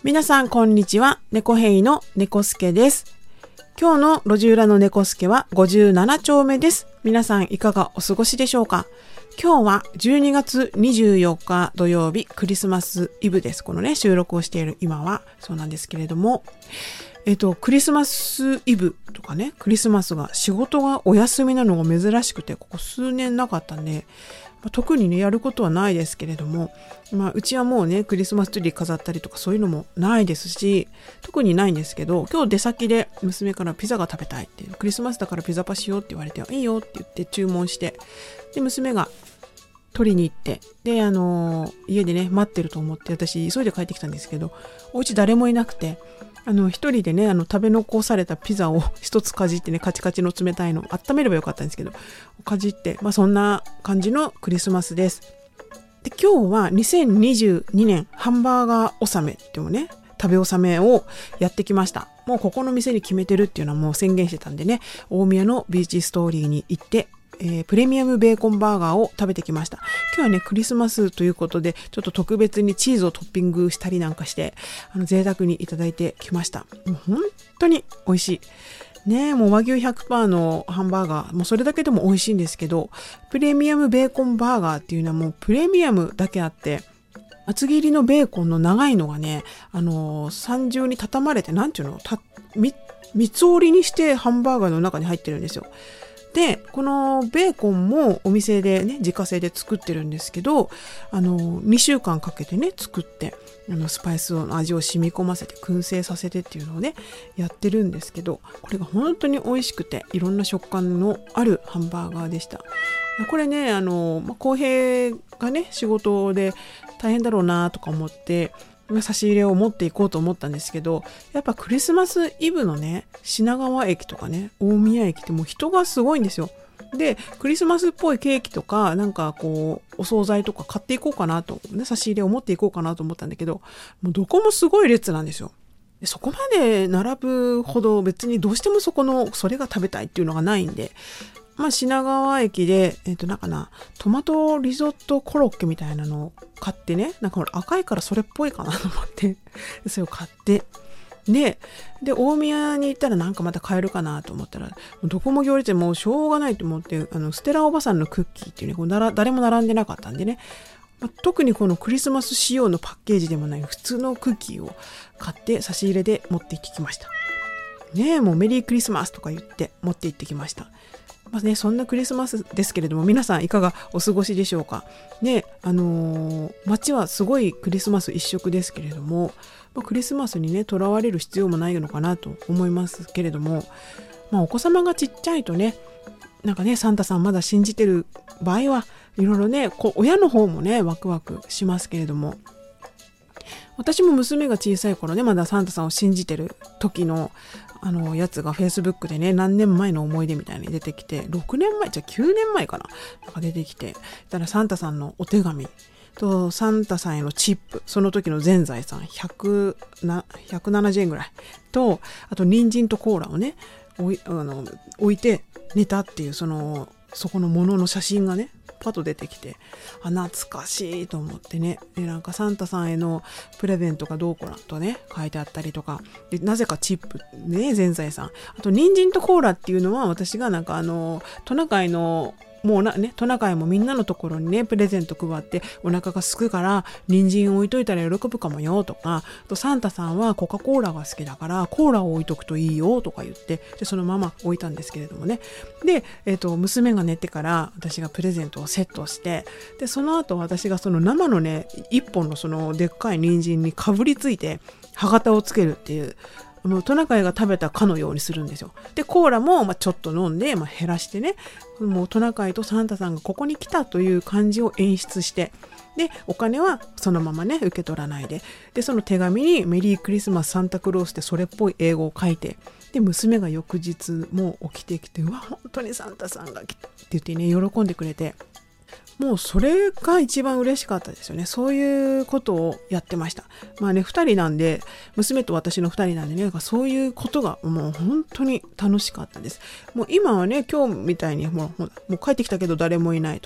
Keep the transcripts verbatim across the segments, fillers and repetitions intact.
皆さんこんにちは。猫ヘイの猫助です。今日の路地裏の猫助はごじゅうなな丁目です。皆さんいかがお過ごしでしょうか。今日はじゅうにがつにじゅうよっか土曜日、クリスマスイブです。このね収録をしている今はそうなんですけれども、えっとクリスマスイブとかね、クリスマスが仕事がお休みなのが珍しくて、ここ数年なかったんで、特にねやることはないですけれども、まあ、うちはもうねクリスマスツリー飾ったりとかそういうのもないですし、特にないんですけど、今日出先で娘からピザが食べたいって、クリスマスだからピザパしようって言われて、いいよって言って注文して、で娘が取りに行って、であのー、家でね待ってると思って、私急いで帰ってきたんですけど、お家誰もいなくて、あの一人でねあの食べ残されたピザを一つかじってね、カチカチの冷たいの温めればよかったんですけどかじって、まあそんな感じのクリスマスです。で今日はにせんにじゅうにねんハンバーガー納めっていうのね、食べ納めをやってきました。もうここの店に決めてるっていうのはもう宣言してたんでね、大宮のビーチストーリーに行って、えー、プレミアムベーコンバーガーを食べてきました。今日はねクリスマスということで、ちょっと特別にチーズをトッピングしたりなんかして、あの贅沢にいただいてきました。もう本当に美味しいね。もう和牛 ひゃくパーセント のハンバーガー、もうそれだけでも美味しいんですけど、プレミアムベーコンバーガーっていうのはもうプレミアムだけあって、厚切りのベーコンの長いのがね、あのー、三重に畳まれて、なんていうの、たみ三つ折りにしてハンバーガーの中に入ってるんですよ。でこのベーコンもお店でね自家製で作ってるんですけど、あのにしゅうかんかけてね作って、あのスパイスの味を染み込ませて燻製させてっていうのをねやってるんですけど、これが本当に美味しくて、いろんな食感のあるハンバーガーでした。これねあの浩平がね仕事で大変だろうなとか思って差し入れを持っていこうと思ったんですけど、やっぱクリスマスイブのね品川駅とかね大宮駅ってもう人がすごいんですよ。でクリスマスっぽいケーキとかなんかこうお惣菜とか買っていこうかなと、ね、差し入れを持っていこうかなと思ったんだけど、もうどこもすごい列なんですよ。でそこまで並ぶほど別にどうしてもそこのそれが食べたいっていうのがないんで、まあ、品川駅で、えっと、なんかな、トマトリゾットコロッケみたいなのを買ってね、なんかほら赤いからそれっぽいかなと思って、それを買って、で、で、大宮に行ったらなんかまた買えるかなと思ったら、どこも行列でもうしょうがないと思って、あの、ステラおばさんのクッキーっていうね、こうなら誰も並んでなかったんでね、まあ、特にこのクリスマス仕様のパッケージでもない普通のクッキーを買って差し入れで持って行ってきました。ねえ、もうメリークリスマスとか言って持って行ってきました。まあね、そんなクリスマスですけれども、皆さんいかがお過ごしでしょうかね。あのー、街はすごいクリスマス一色ですけれども、まあ、クリスマスにねとらわれる必要もないのかなと思いますけれども、まあ、お子様がちっちゃいとね、なんかねサンタさんまだ信じてる場合はいろいろね、こう親の方もねワクワクしますけれども、私も娘が小さい頃ね、まだサンタさんを信じてる時のあのやつが Facebook でね、何年前の思い出みたいに出てきて、ろくねんまえじゃきゅうねんまえかな、なんか出てきて、たらサンタさんのお手紙とサンタさんへのチップ、その時の全財産ひゃくななじゅうえんぐらいと、あと人参とコーラをね置い、あの置いて寝たっていう、そのそこのものの写真がねパッと出てきて、あ懐かしいと思ってね。でなんかサンタさんへのプレゼントがどうこうなとね書いてあったりとかで、なぜかチップね、全財産、あと人参とコーラっていうのは、私がなんかあのトナカイのもうなね、トナカイもみんなのところにねプレゼント配ってお腹がすくから人参を置いといたら喜ぶかもよとか、あとサンタさんはコカ・コーラが好きだからコーラを置いとくといいよとか言って、でそのまま置いたんですけれどもね。で、えーと、娘が寝てから私がプレゼントをセットして、でその後私がその生のね一本のそのでっかい人参にかぶりついて歯型をつけるっていう、もうトナカイが食べたかのようにするんですよ。でコーラもまあちょっと飲んで、まあ、減らしてね、もうトナカイとサンタさんがここに来たという感じを演出して、でお金はそのままね受け取らないで、でその手紙にメリークリスマスサンタクロースってそれっぽい英語を書いて、で娘が翌日も起きてきて、うわ本当にサンタさんが来たって言ってね喜んでくれて、もうそれが一番嬉しかったですよね。そういうことをやってました。まあね、二人なんで、娘と私の二人なんでね、なんかそういうことがもう本当に楽しかったです。もう今はね、今日みたいにもう、もう帰ってきたけど誰もいないとか、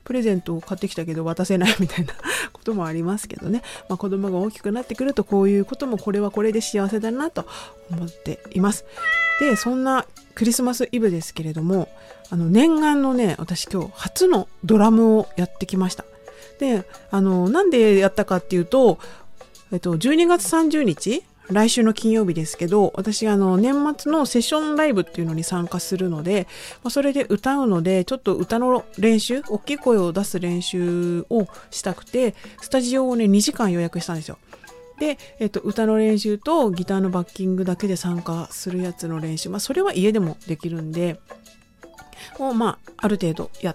プレゼントを買ってきたけど渡せないみたいなこともありますけどね、まあ、子供が大きくなってくるとこういうこともこれはこれで幸せだなと思っています。でそんなクリスマスイブですけれども、あの念願のね、私今日初のドラムをやってきました。であのなんでやったかっていうと、えっと、じゅうにがつさんじゅうにち来週の金曜日ですけど、私あの年末のセッションライブっていうのに参加するので、まあ、それで歌うのでちょっと歌の練習、大きい声を出す練習をしたくてスタジオをねにじかん予約したんですよ。で、えっと、歌の練習とギターのバッキングだけで参加するやつの練習、まあそれは家でもできるんでをまあある程度やって、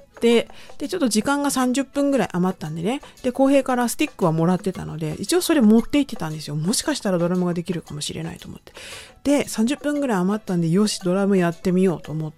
でちょっと時間がさんじゅっぷんぐらい余ったんでね、で浩平からスティックはもらってたので一応それ持って行ってたんですよ。もしかしたらドラムができるかもしれないと思って、でさんじゅっぷんぐらい余ったんで、よしドラムやってみようと思って、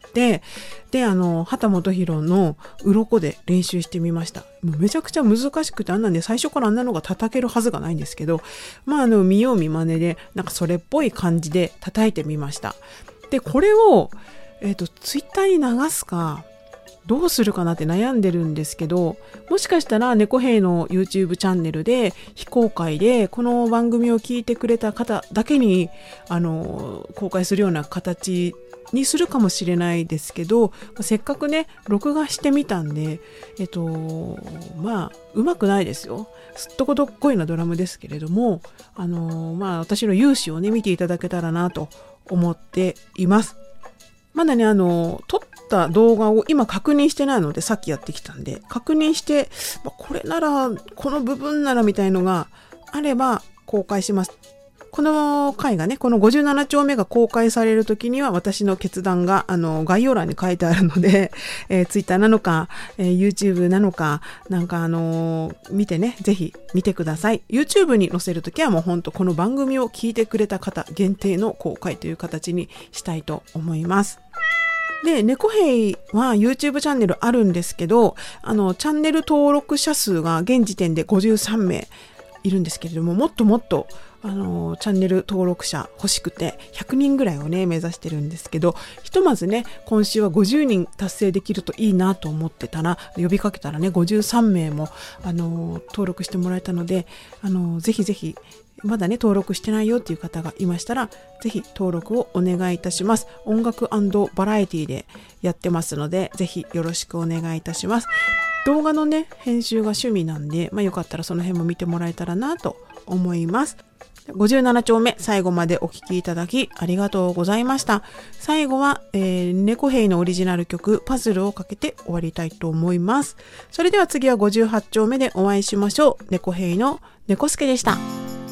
であの畑基博の鱗で練習してみました。もうめちゃくちゃ難しくて、あんなんで最初からあんなのが叩けるはずがないんですけど、まああの見よう見まねでなんかそれっぽい感じで叩いてみました。でこれをえっと、ツイッターに流すかどうするかなって悩んでるんですけど、もしかしたら猫兵の YouTube チャンネルで非公開でこの番組を聞いてくれた方だけにあの公開するような形にするかもしれないですけど、せっかくね録画してみたんで、えっとまあうまくないですよ。すっとこどっこいなドラムですけれども、あのまあ私の勇姿をね見ていただけたらなと思っています。まだね、あの、撮った動画を今確認してないので、さっきやってきたんで、確認して、まあ、これなら、この部分ならみたいのがあれば公開します。この回がね、このごじゅうななちょうめが公開されるときには私の決断があの概要欄に書いてあるので、えー、Twitter なのか、えー、YouTube なのか、なんかあのー、見てね、ぜひ見てください。YouTube に載せるときはもう本当この番組を聞いてくれた方限定の公開という形にしたいと思います。で、猫兵は YouTube チャンネルあるんですけど、あの、チャンネル登録者数が現時点でごじゅうさんめいいるんですけれども、もっともっと、あの、チャンネル登録者欲しくて、ひゃくにんぐらいをね、目指してるんですけど、ひとまずね、今週はごじゅうにん達成できるといいなと思ってたら、呼びかけたらね、ごじゅうさんめいも、あの、登録してもらえたので、あの、ぜひぜひ、まだね登録してないよっていう方がいましたら、ぜひ登録をお願いいたします。音楽&バラエティでやってますので、ぜひよろしくお願いいたします。動画のね編集が趣味なんで、まあよかったらその辺も見てもらえたらなと思います。ごじゅうななちょうめ最後までお聞きいただきありがとうございました。最後は、えー、猫兵のオリジナル曲パズルをかけて終わりたいと思います。それでは次はごじゅうはちちょうめでお会いしましょう。猫兵の猫助でした。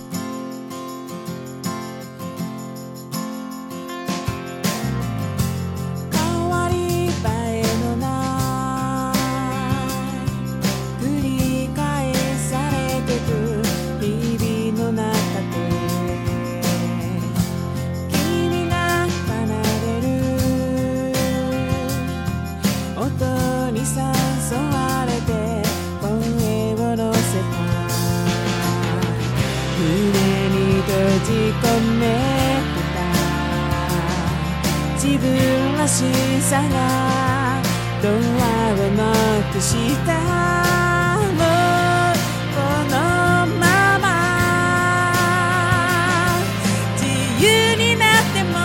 閉じ込めた自分らしさがドアをノックしたもうこのまま自由になっても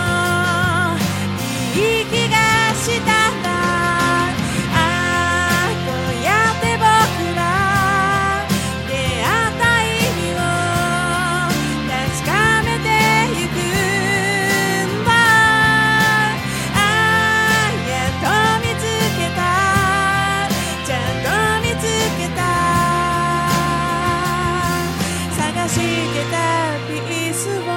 いい気がしたんだ。ああこうやって僕ら出会った意味を確かめてゆくんだ。ああやっと見つけた、ちゃんと見つけた、探してたピースを